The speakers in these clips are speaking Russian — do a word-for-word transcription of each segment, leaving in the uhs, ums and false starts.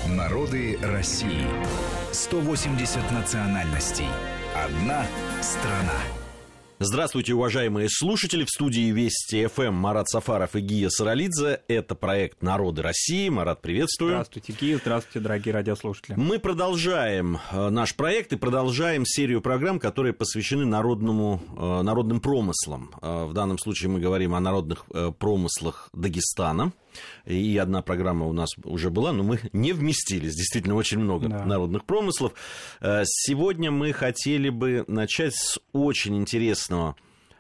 Народы России. сто восемьдесят национальностей. Одна страна. Здравствуйте, уважаемые слушатели. В студии Вести ФМ Марат Сафаров и Гия Саралидзе. Это проект «Народы России». Марат, приветствую. Здравствуйте, Гия. Здравствуйте, дорогие радиослушатели. Мы продолжаем наш проект и продолжаем серию программ, которые посвящены народному, народным промыслам. В данном случае мы говорим о народных промыслах Дагестана. И одна программа у нас уже была, но мы не вместились. Действительно, очень много да. народных промыслов. Сегодня мы хотели бы начать с очень интересного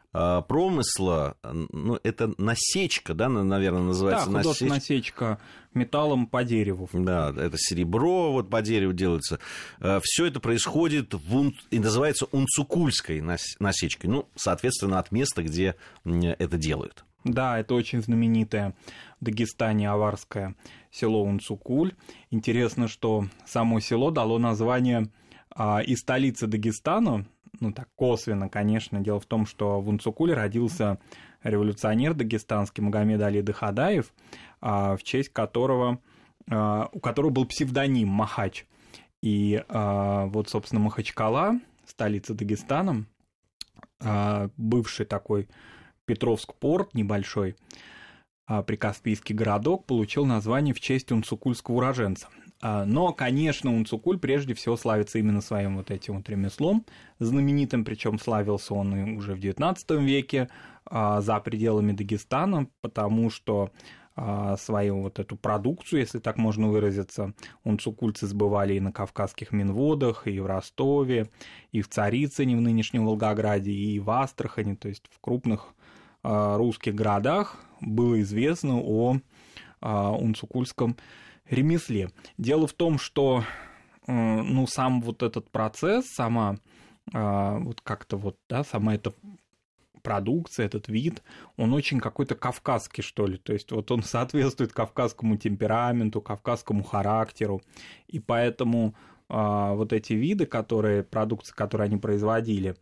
промысла. Ну, это насечка, да, наверное, называется? Да, художественная насечка металлом по дереву. Да, это серебро вот по дереву делается. Все это происходит в ун... и называется унцукульской насечкой. Ну, соответственно, от места, где это делают. Да, это очень знаменитое в Дагестане аварское село Унцукуль. Интересно, что само село дало название а, и столице Дагестана, ну так косвенно, конечно. Дело в том, что в Унцукуле родился революционер дагестанский Магомед Али Дахадаев, а, в честь которого, а, у которого был псевдоним Махач. И а, вот, собственно, Махачкала, столица Дагестана, а, бывший такой Петровск-порт небольшой, прикаспийский городок, получил название в честь унцукульского уроженца. Но, конечно, Унцукуль прежде всего славится именно своим вот этим вот ремеслом знаменитым, причем славился он уже в девятнадцатом веке за пределами Дагестана, потому что свою вот эту продукцию, если так можно выразиться, унцукульцы сбывали и на Кавказских Минводах, и в Ростове, и в Царицыне, в нынешнем Волгограде, и в Астрахани, то есть в крупных русских городах было известно о унцукульском ремесле. Дело в том, что ну, сам вот этот процесс, сама вот как-то вот, да, сама эта продукция, этот вид, он очень какой-то кавказский, что ли, то есть вот он соответствует кавказскому темпераменту, кавказскому характеру, и поэтому вот эти виды, которые, продукции, которые они производили,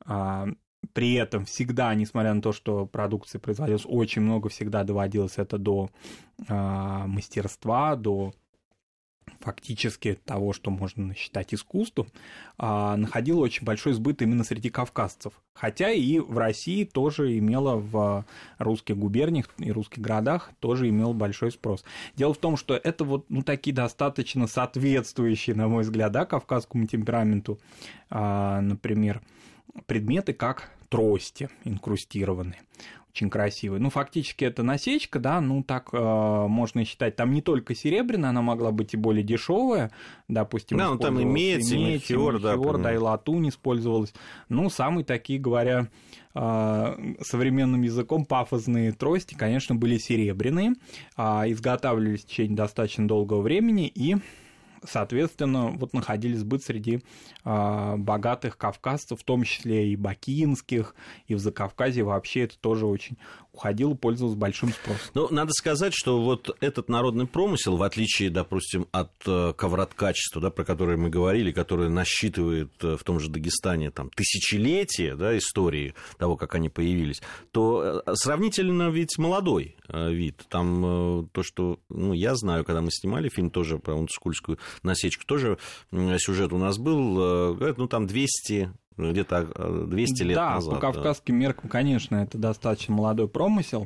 при этом всегда, несмотря на то, что продукции производилось очень много, всегда доводилось это до э, мастерства, до фактически того, что можно считать искусством, э, находило очень большой сбыт именно среди кавказцев. Хотя и в России тоже имело, в русских губерниях и русских городах тоже имел большой спрос. Дело в том, что это вот ну, такие достаточно соответствующие, на мой взгляд, да, кавказскому темпераменту, э, например, предметы, как трости инкрустированные, очень красивые. Ну, фактически это насечка, да, ну, так э, можно считать, там не только серебряная, она могла быть и более дешевая, допустим, да, ну, там и медь, и мельхиор, да, да, и латунь использовалась. Ну, самые такие, говоря э, современным языком, пафосные трости, конечно, были серебряные, э, изготавливались в течение достаточно долгого времени и соответственно, вот находили сбыт среди э, богатых кавказцев, в том числе и бакинских, и в Закавказье вообще это тоже очень уходило, пользовалось большим спросом. Ну, надо сказать, что вот этот народный промысел, в отличие, допустим, от э, ковроткачества, да, про которое мы говорили, которое насчитывает э, в том же Дагестане там, тысячелетия, да, истории того, как они появились, то э, сравнительно ведь молодой э, вид. Там э, то, что ну, я знаю, когда мы снимали фильм тоже про унцукульскую насечку, тоже сюжет у нас был, э, ну, там двести... где-то двести лет да, назад. Да, по кавказским меркам, конечно, это достаточно молодой промысел,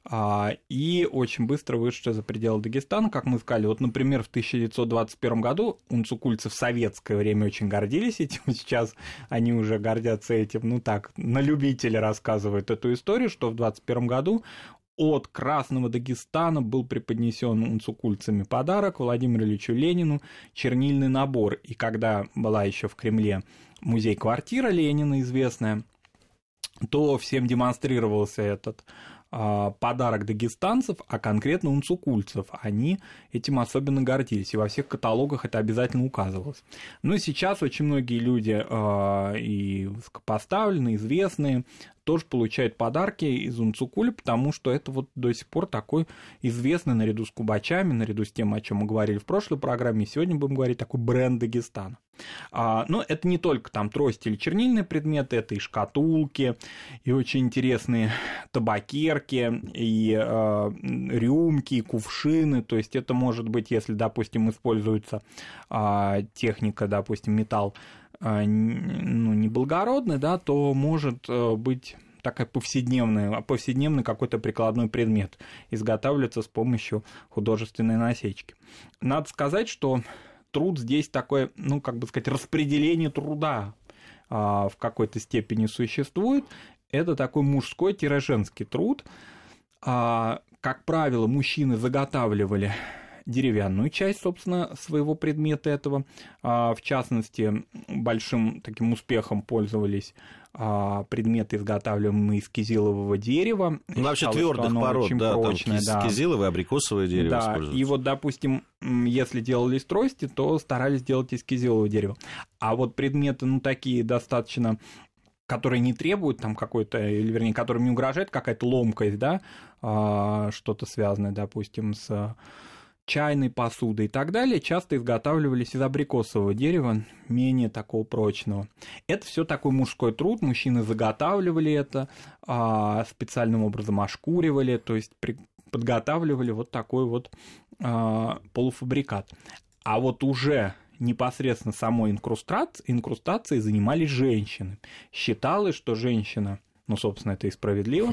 и очень быстро вышедший за пределы Дагестана, как мы сказали. Вот, например, в тысяча девятьсот двадцать первом году унцукульцы в советское время очень гордились этим, сейчас они уже гордятся этим, ну так, на любителя рассказывают эту историю, что в двадцать первом году от Красного Дагестана был преподнесен унцукульцами подарок Владимиру Ильичу Ленину, чернильный набор. И когда была еще в Кремле музей-квартира Ленина известная, то всем демонстрировался этот а, подарок дагестанцев, а конкретно унцукульцев. Они этим особенно гордились, и во всех каталогах это обязательно указывалось. Ну и сейчас очень многие люди а, и высокопоставленные, известные, тоже получают подарки из Унцукуля, потому что это вот до сих пор такой известный, наряду с кубачами, наряду с тем, о чем мы говорили в прошлой программе, сегодня будем говорить, такой бренд Дагестана. А, но это не только там трости или чернильные предметы, это и шкатулки, и очень интересные табакерки, и э, рюмки, и кувшины. То есть это может быть, если, допустим, используется э, техника, допустим, металл э, ну, неблагородный, да, то может э, быть такая повседневная, повседневный какой-то прикладной предмет, изготавливается с помощью художественной насечки. Надо сказать, что труд здесь такое, ну, как бы сказать, распределение труда а, в какой-то степени существует. Это такой мужской-женский труд. А, как правило, мужчины заготавливали деревянную часть, собственно, своего предмета этого. А, в частности, большим таким успехом пользовались а, предметы, изготавливаемые из кизилового дерева. Ну, вообще твердых пород, да, прочное, там да. Кизиловое, абрикосовое дерево да, используется. И вот, допустим, если делались трости, то старались делать из кизилового дерева. А вот предметы, ну, такие достаточно, которые не требуют там какой-то, или, вернее, которым не угрожает какая-то ломкость, да, а, что-то связанное, допустим, с чайной посудой и так далее, часто изготавливались из абрикосового дерева, менее такого прочного. Это все такой мужской труд, мужчины заготавливали это, специальным образом ошкуривали, то есть подготавливали вот такой вот полуфабрикат. А вот уже непосредственно самой инкрустацией, инкрустацией занимались женщины. Считалось, что женщина, ну, собственно, это и справедливо,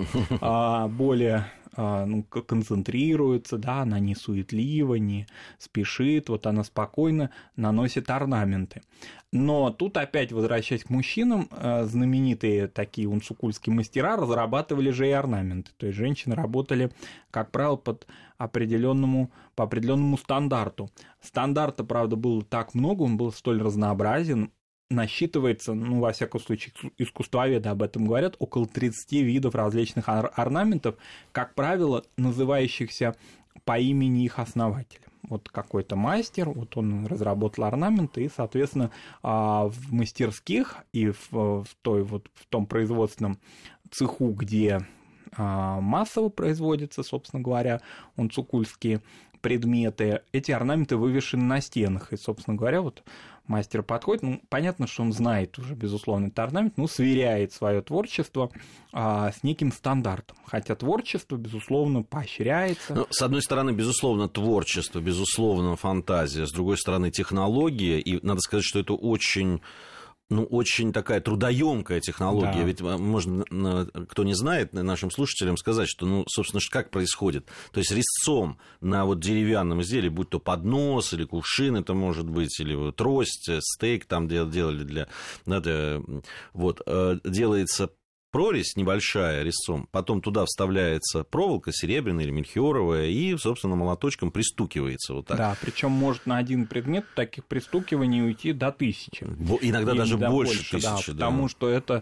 более ну, концентрируется, да, она не суетлива, не спешит, вот она спокойно наносит орнаменты. Но тут опять, возвращаясь к мужчинам, знаменитые такие унцукульские мастера разрабатывали же и орнаменты. То есть женщины работали, как правило, под определенному, по определенному стандарту. Стандарта, правда, было так много, он был столь разнообразен. Насчитывается, ну, во всяком случае, искусствоведы об этом говорят, около тридцати видов различных ор- орнаментов, как правило, называющихся по имени их основателя. Вот какой-то мастер, вот он разработал орнаменты, и, соответственно, в мастерских и в, в, той, вот, в том производственном цеху, где массово производятся, собственно говоря, унцукульские предметы, эти орнаменты вывешены на стенах. И, собственно говоря, вот мастер подходит, ну, понятно, что он знает уже, безусловно, этот орнамент, ну, сверяет свое творчество а, с неким стандартом. Хотя творчество, безусловно, поощряется. Ну, с одной стороны, безусловно, творчество, безусловно, фантазия, с другой стороны, технология, и надо сказать, что это очень... Ну, очень такая трудоемкая технология. Да. Ведь можно, кто не знает, нашим слушателям сказать, что, ну, собственно, как происходит. То есть резцом на вот деревянном изделии, будь то поднос или кувшин, это может быть, или трость, стейк там делали для... Да, вот, делается прорезь небольшая резцом, потом туда вставляется проволока серебряная или мельхиоровая, и, собственно, молоточком пристукивается вот так. Да, причем может на один предмет таких пристукиваний уйти до тысячи. Иногда и даже больше, больше тысячи. Да, да, потому что это,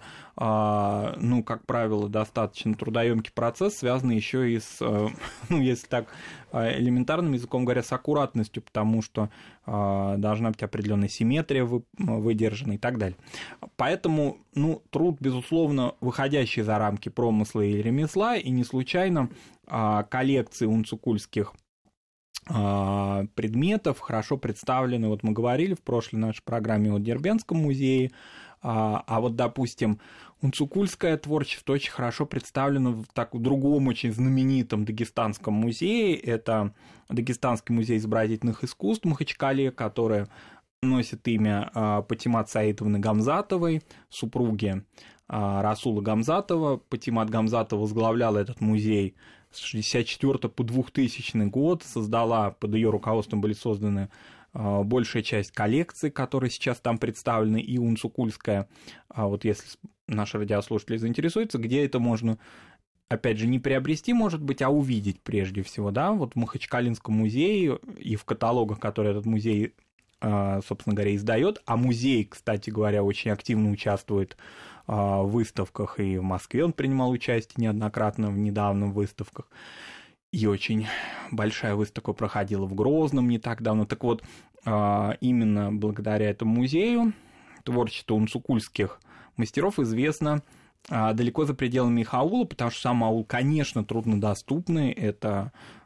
ну, как правило, достаточно трудоемкий процесс, связанный еще и с, ну, если так элементарным языком говоря, с аккуратностью, потому что должна быть определенная симметрия выдержана и так далее. Поэтому, ну, труд, безусловно, выходящий за рамки промысла и ремесла, и не случайно коллекции унцукульских предметов хорошо представлены. Вот мы говорили в прошлой нашей программе о Дербентском музее, а вот, допустим, унцукульское творчество очень хорошо представлено в, так, в другом очень знаменитом дагестанском музее. Это Дагестанский музей изобразительных искусств в Махачкале, который носит имя Патимат Саидовны Гамзатовой, супруги Расула Гамзатова. Патимат Гамзатова возглавляла этот музей с шестьдесят четвёртого по двухтысячный год, создала, под ее руководством были созданы большая часть коллекций, которые сейчас там представлены, и унцукульская, вот если наши радиослушатели заинтересуются, где это можно, опять же, не приобрести, может быть, а увидеть прежде всего, да, вот в Махачкалинском музее и в каталогах, которые этот музей, собственно говоря, издает, а музей, кстати говоря, очень активно участвует в выставках, и в Москве он принимал участие неоднократно в недавних выставках, и очень большая выставка проходила в Грозном не так давно. Так вот, именно благодаря этому музею творчество унцукульских мастеров известно далеко за пределами их аула, потому что сам аул, конечно, труднодоступный. Это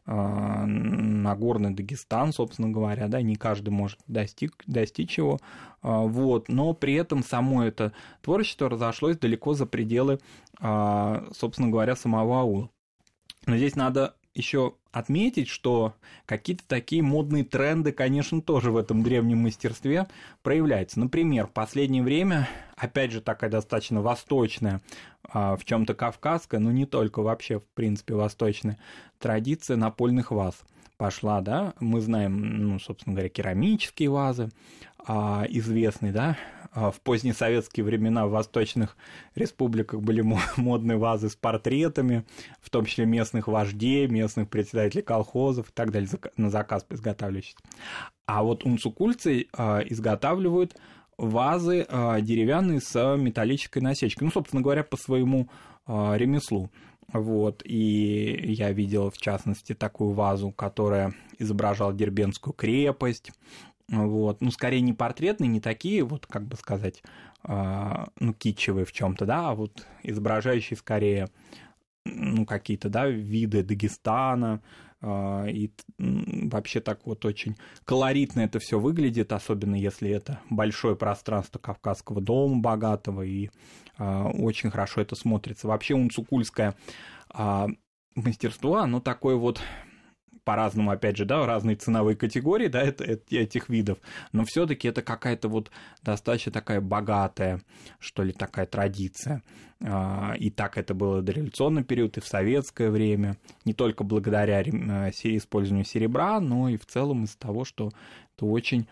Нагорный Дагестан, собственно говоря, да, не каждый может достиг, достичь его, вот, но при этом само это творчество разошлось далеко за пределы, собственно говоря, самого аула. Но здесь надо еще отметить, что какие-то такие модные тренды, конечно, тоже в этом древнем мастерстве проявляются. Например, в последнее время, опять же, такая достаточно восточная, в чем-то кавказская, но не только, вообще, в принципе, восточная традиция напольных ваз пошла, да, мы знаем, ну, собственно говоря, керамические вазы, известные, да, в поздние советские времена в восточных республиках были модные вазы с портретами, в том числе местных вождей, местных председателей колхозов и так далее, на заказ изготавливающихся. А вот унцукульцы изготавливают вазы деревянные с металлической насечкой, ну, собственно говоря, по своему ремеслу. Вот, и я видел, в частности, такую вазу, которая изображала Дербентскую крепость. Вот, ну, скорее не портретные, не такие, вот, как бы сказать, ну, китчевые в чем-то, да, а вот изображающие скорее, ну, какие-то, да, виды Дагестана, и вообще так вот очень колоритно это все выглядит, особенно если это большое пространство Кавказского дома богатого, и очень хорошо это смотрится. Вообще унцукульское мастерство, оно такое вот по-разному, опять же, да, разные ценовые категории, да, это, это, этих видов, но все-таки это какая-то вот достаточно такая богатая, что ли, такая традиция. И так это было в дореволюционный период, и в советское время, не только благодаря использованию серебра, но и в целом из-за того, что это очень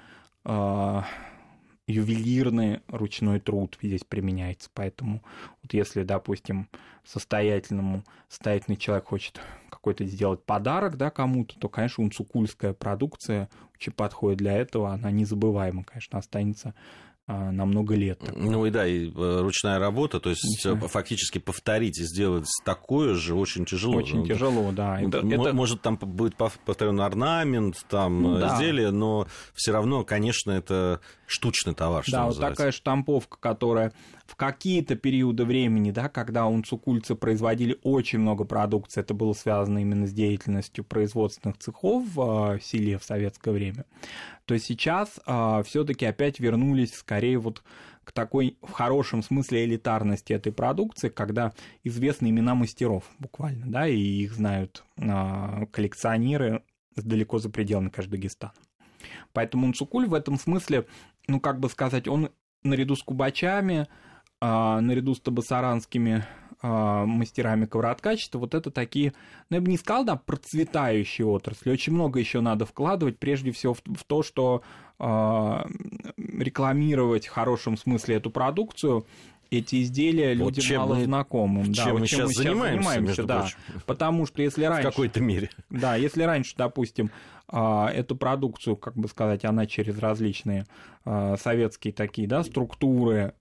ювелирный ручной труд здесь применяется. Поэтому вот если, допустим, состоятельному, состоятельный человек хочет какой-то сделать подарок, да, кому-то, то, конечно, унцукульская продукция очень подходит для этого, она незабываема, конечно, останется на много лет. Такое. Ну и да, и ручная работа, то есть Ручная. Фактически повторить и сделать такое же очень тяжело. Очень ну, тяжело, да. Это, это, может, там будет повторен орнамент, там ну, да. изделие, но все равно, конечно, это штучный товар, что да, называется. Вот такая штамповка, которая в какие-то периоды времени, да, когда унцукульцы производили очень много продукции, это было связано именно с деятельностью производственных цехов в селе в советское время, то сейчас а, все-таки опять вернулись скорее вот к такой, в хорошем смысле, элитарности этой продукции, когда известны имена мастеров буквально, да, и их знают а, коллекционеры далеко за пределами, конечно, Дагестана. Поэтому унцукуль в этом смысле, ну, как бы сказать, он наряду с кубачами, а, наряду с табасаранскими а, мастерами ковроткачества, вот это такие, ну, я бы не сказал, да, процветающие отрасли. Очень много еще надо вкладывать, прежде всего, в, в то, что а, рекламировать в хорошем смысле эту продукцию, эти изделия вот людям мало мы, знакомым. Чем, да, мы, вот сейчас чем мы сейчас занимаемся, занимаемся, между да. прочим. Потому что если раньше... В какой-то мере. Да, если раньше, допустим, эту продукцию, как бы сказать, она через различные советские такие, да, структуры,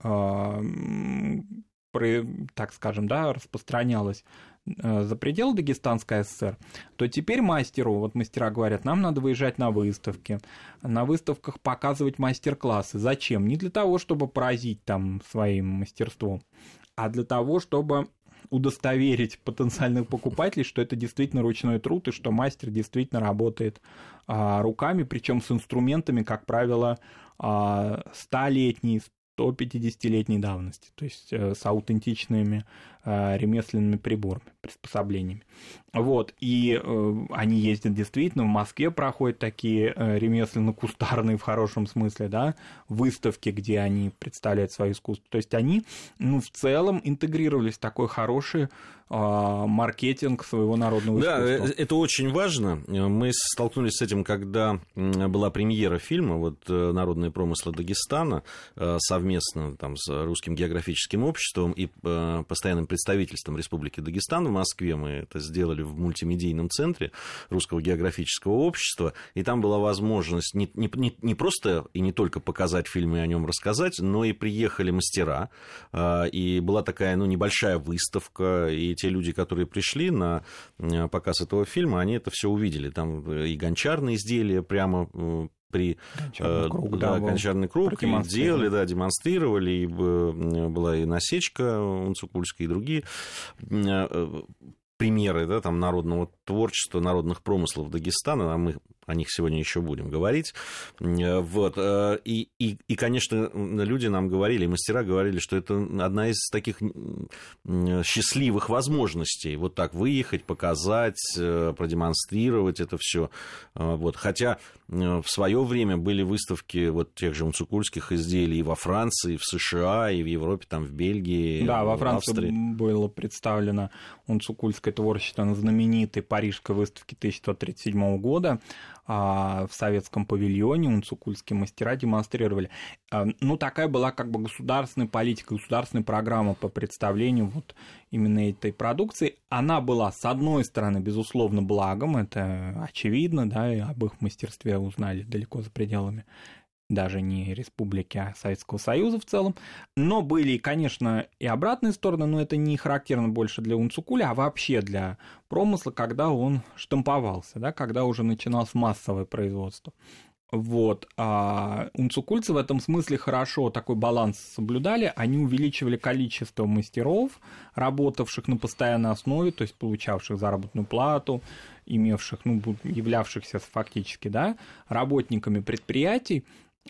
так скажем, да, распространялась за пределы Дагестанской ССР, то теперь мастеру, вот мастера говорят, нам надо выезжать на выставки, на выставках показывать мастер-классы. Зачем? Не для того, чтобы поразить там своим мастерством, а для того, чтобы удостоверить потенциальных покупателей, что это действительно ручной труд и что мастер действительно работает а, руками, причем с инструментами, как правило, а, столетней, сто пятидесятилетней давности, то есть с аутентичными э, ремесленными приборами, приспособлениями. Вот, и э, они ездят действительно, в Москве проходят такие э, ремесленно-кустарные, в хорошем смысле, да, выставки, где они представляют свое искусство. То есть они, ну, в целом интегрировались в такой хороший э, маркетинг своего народного искусства. Да, это очень важно. Мы столкнулись с этим, когда была премьера фильма вот, «Народные промыслы Дагестана», совместно там, с Русским географическим обществом и э, постоянным представительством Республики Дагестан в Москве. Мы это сделали в мультимедийном центре Русского географического общества, и там была возможность не, не, не просто и не только показать фильм и о нем рассказать, но и приехали мастера, э, и была такая, ну, небольшая выставка, и те люди, которые пришли на показ этого фильма, они это все увидели. Там и гончарные изделия прямо э, при гончарный круг, да, да, гончарный круг и делали, да, демонстрировали, и была и насечка унцукульская, и другие примеры, да, там, народного творчества, народных промыслов Дагестана, а мы о них сегодня еще будем говорить. Вот. И, и, и, конечно, люди нам говорили, мастера говорили, что это одна из таких счастливых возможностей. Вот так выехать, показать, продемонстрировать это все. Вот. Хотя в свое время были выставки вот тех же унцукульских изделий и во Франции, и в США, и в Европе, там, в Бельгии, да, во в Франции Австрии. Было представлено унцукульское творчество на знаменитой парижской выставке тысяча девятьсот тридцать седьмого года. В советском павильоне унцукульские мастера демонстрировали. Ну, такая была как бы государственная политика, государственная программа по представлению вот именно этой продукции. Она была, с одной стороны, безусловно, благом, это очевидно, да, и об их мастерстве узнали далеко за пределами даже не республики, а Советского Союза в целом. Но были, конечно, и обратные стороны, но это не характерно больше для унцукуля, а вообще для промысла, когда он штамповался, да, когда уже начиналось массовое производство. Вот. А унцукульцы в этом смысле хорошо такой баланс соблюдали, они увеличивали количество мастеров, работавших на постоянной основе, то есть получавших заработную плату, имевших, ну, являвшихся фактически, да, работниками предприятий,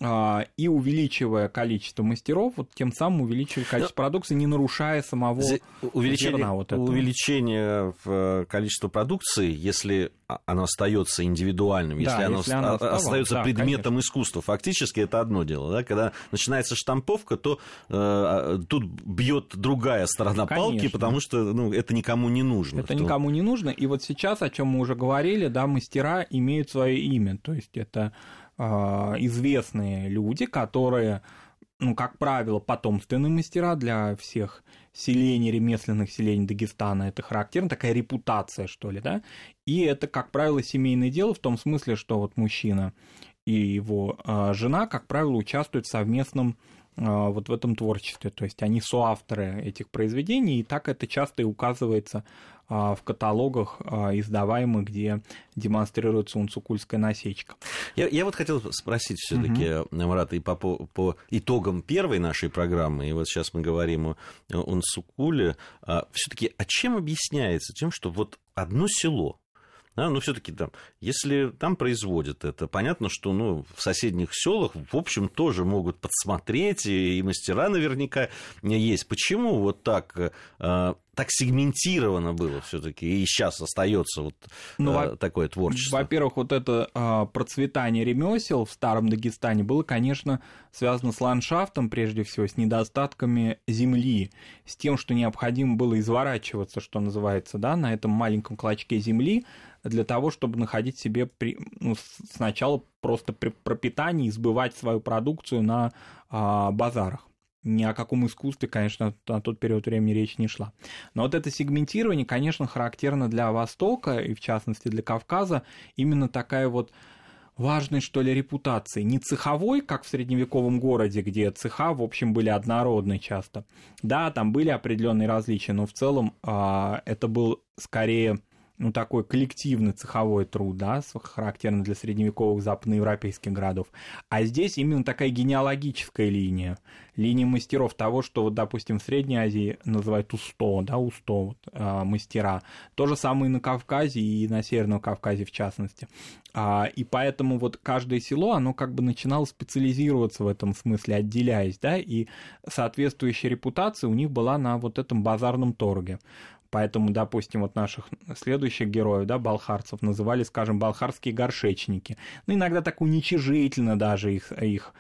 и увеличивая количество мастеров, вот тем самым увеличивали количество продукции, не нарушая самого увеличение, зерна. Вот этого. Увеличение в количестве продукции, если оно остается индивидуальным, да, если, если оно оно остается да, предметом конечно. искусства, фактически это одно дело. Да? Когда начинается штамповка, то э, тут бьет другая сторона конечно. Палки, потому что ну, это никому не нужно. Это никому не нужно. И вот сейчас, о чем мы уже говорили, да, мастера имеют свое имя, то есть это известные люди, которые, ну, как правило, потомственные мастера для всех селений, ремесленных селений Дагестана. Это характерно, такая репутация, что ли, да? И это, как правило, семейное дело в том смысле, что вот мужчина и его жена, как правило, участвуют в совместном вот в этом творчестве, то есть они соавторы этих произведений, и так это часто и указывается в каталогах издаваемых, где демонстрируется унцукульская насечка. Я, я вот хотел спросить все-таки, uh-huh. Марат, и по, по итогам первой нашей программы, и вот сейчас мы говорим о унцукуле, все-таки а чем объясняется тем, что вот одно село, да, но все-таки там, если там производят это, понятно, что ну, в соседних селах, в общем, тоже могут подсмотреть, и, и мастера наверняка есть. Почему вот так, э, так сегментировано было все-таки, и сейчас остается вот ну, э, такое творчество? Во-первых, вот это э, процветание ремесел в Старом Дагестане было, конечно, связано с ландшафтом, прежде всего, с недостатками земли, с тем, что необходимо было изворачиваться, что называется, да, на этом маленьком клочке земли, для того, чтобы находить себе при, ну, сначала просто при пропитании и сбывать свою продукцию на а, базарах. Ни о каком искусстве, конечно, на тот период времени речь не шла. Но вот это сегментирование, конечно, характерно для Востока, и в частности для Кавказа, именно такая вот важной, что ли, репутации. Не цеховой, как в средневековом городе, где цеха, в общем, были однородны часто. Да, там были определенные различия, но в целом а, это был скорее... ну, такой коллективный цеховой труд, да, характерный для средневековых западноевропейских городов. А здесь именно такая генеалогическая линия, линия мастеров того, что, вот, допустим, в Средней Азии называют усто, да, усто, вот, э, мастера. То же самое и на Кавказе, и на Северном Кавказе в частности. А, и поэтому вот каждое село, оно как бы начинало специализироваться в этом смысле, отделяясь, да, и соответствующая репутация у них была на вот этом базарном торге. Поэтому, допустим, вот наших следующих героев, да, балхарцев, называли, скажем, балхарские горшечники. Ну, иногда так уничижительно даже их, их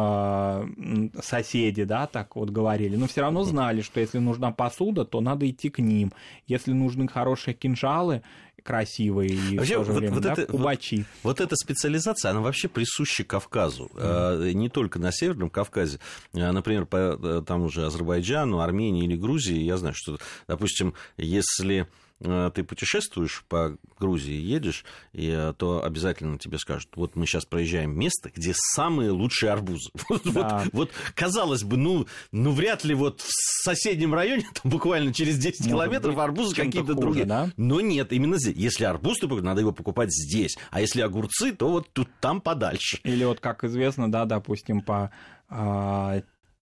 э, соседи, да, так вот говорили. Но все равно знали, что если нужна посуда, то надо идти к ним. Если нужны хорошие кинжалы, красивые и вообще, в то же вот, время, вот да, это, кубачи. Вот, вот эта специализация, она вообще присуща Кавказу. Mm. Не только на Северном Кавказе. Например, по тому же Азербайджану, Армении или Грузии. Я знаю, что, допустим, если ты путешествуешь по Грузии, едешь, и, то обязательно тебе скажут, вот мы сейчас проезжаем место, где самые лучшие арбузы. Да. Вот, вот, казалось бы, ну, ну, вряд ли вот в соседнем районе, там, буквально через десять Может километров, быть, арбузы какие-то хуже, другие. Да? Но нет, именно здесь. Если арбуз, то надо его покупать здесь. А если огурцы, то вот тут там подальше. Или вот, как известно, да, допустим, по...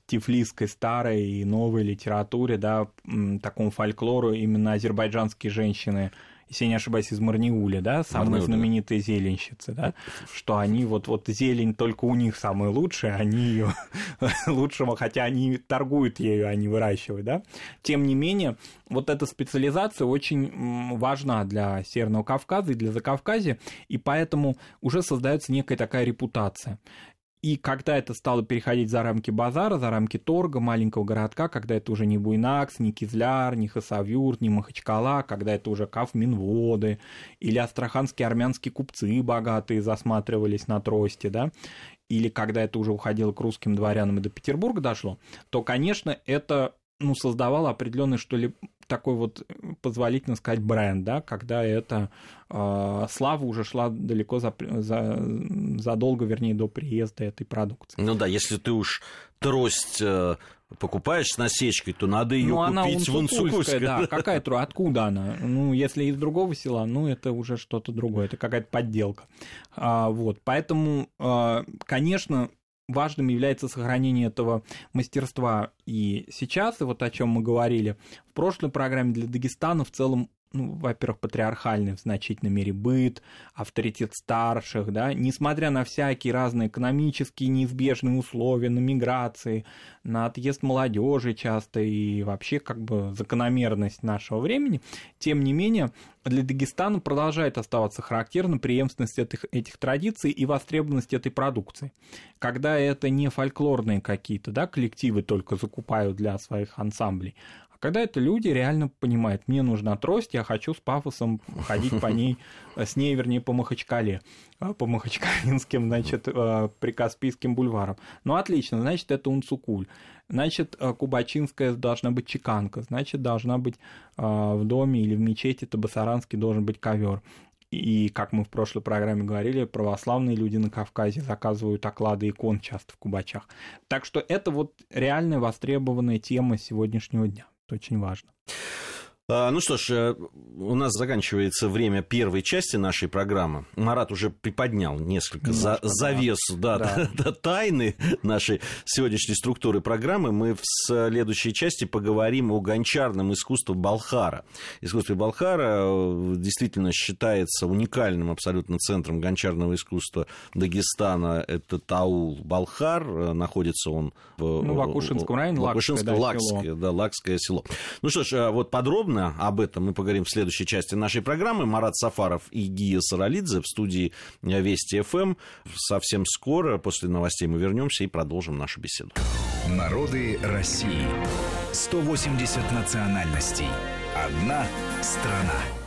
тифлисской старой и новой литературе, да, такому фольклору именно азербайджанские женщины, если я не ошибаюсь, из Марниуля, да, самые Марниуля. Знаменитые зеленщицы, да, что они вот, вот зелень только у них самая лучшая, они ее лучшего, хотя они торгуют ею, а не выращивают, да. Тем не менее, вот эта специализация очень важна для Северного Кавказа и для Закавказья, и поэтому уже создается некая такая репутация. И когда это стало переходить за рамки базара, за рамки торга, маленького городка, когда это уже не Буйнакс, не Кизляр, не Хасавюрт, не Махачкала, когда это уже Кавминводы или астраханские армянские купцы богатые засматривались на трости, да, или когда это уже уходило к русским дворянам и до Петербурга дошло, то, конечно, это, ну, создавало определенный, что ли, такой вот, позволительно сказать, бренд, да, когда эта э, слава уже шла далеко за, за, задолго, вернее, до приезда этой продукции. Ну да, если ты уж трость э, покупаешь с насечкой, то надо ее ну, купить в Унцукульской. Да, какая трость, откуда она? Ну, если из другого села, ну, это уже что-то другое, это какая-то подделка. А, вот, поэтому, э, конечно, важным является сохранение этого мастерства и сейчас, и вот о чем мы говорили в прошлой программе, для Дагестана в целом, ну, во-первых, патриархальный в значительной мере быт, авторитет старших, да, несмотря на всякие разные экономические неизбежные условия, на миграции, на отъезд молодежи часто и вообще как бы закономерность нашего времени, тем не менее, для Дагестана продолжает оставаться характерна преемственность этих, этих традиций и востребованность этой продукции. Когда это не фольклорные какие-то, да, коллективы только закупают для своих ансамблей, когда это люди реально понимают, мне нужна трость, я хочу с пафосом ходить по ней, с ней, вернее, по Махачкале, по махачкалинским, значит, прикаспийским бульварам. Ну, отлично, значит, это Унцукуль. Значит, кубачинская должна быть чеканка, значит, должна быть в доме или в мечети табасаранский должен быть ковер. И, как мы в прошлой программе говорили, православные люди на Кавказе заказывают оклады икон часто в кубачах. Так что это вот реальная востребованная тема сегодняшнего дня. Это очень важно. Ну что ж, у нас заканчивается время первой части нашей программы. Марат уже приподнял несколько за, завесу да, да. Да, тайны нашей сегодняшней структуры программы. Мы в следующей части поговорим о гончарном искусстве Балхара. Искусство Балхара действительно считается уникальным абсолютно центром гончарного искусства Дагестана. Это аул Балхар, находится он в, ну, в Акушинском районе, Лакское, да, Лакское, село. Да, Лакское село. Ну что ж, вот подробно об этом мы поговорим в следующей части нашей программы. Марат Сафаров и Гия Саралидзе в студии Вести ФМ. Совсем скоро, после новостей, мы вернемся и продолжим нашу беседу. Народы России. сто восемьдесят национальностей. Одна страна.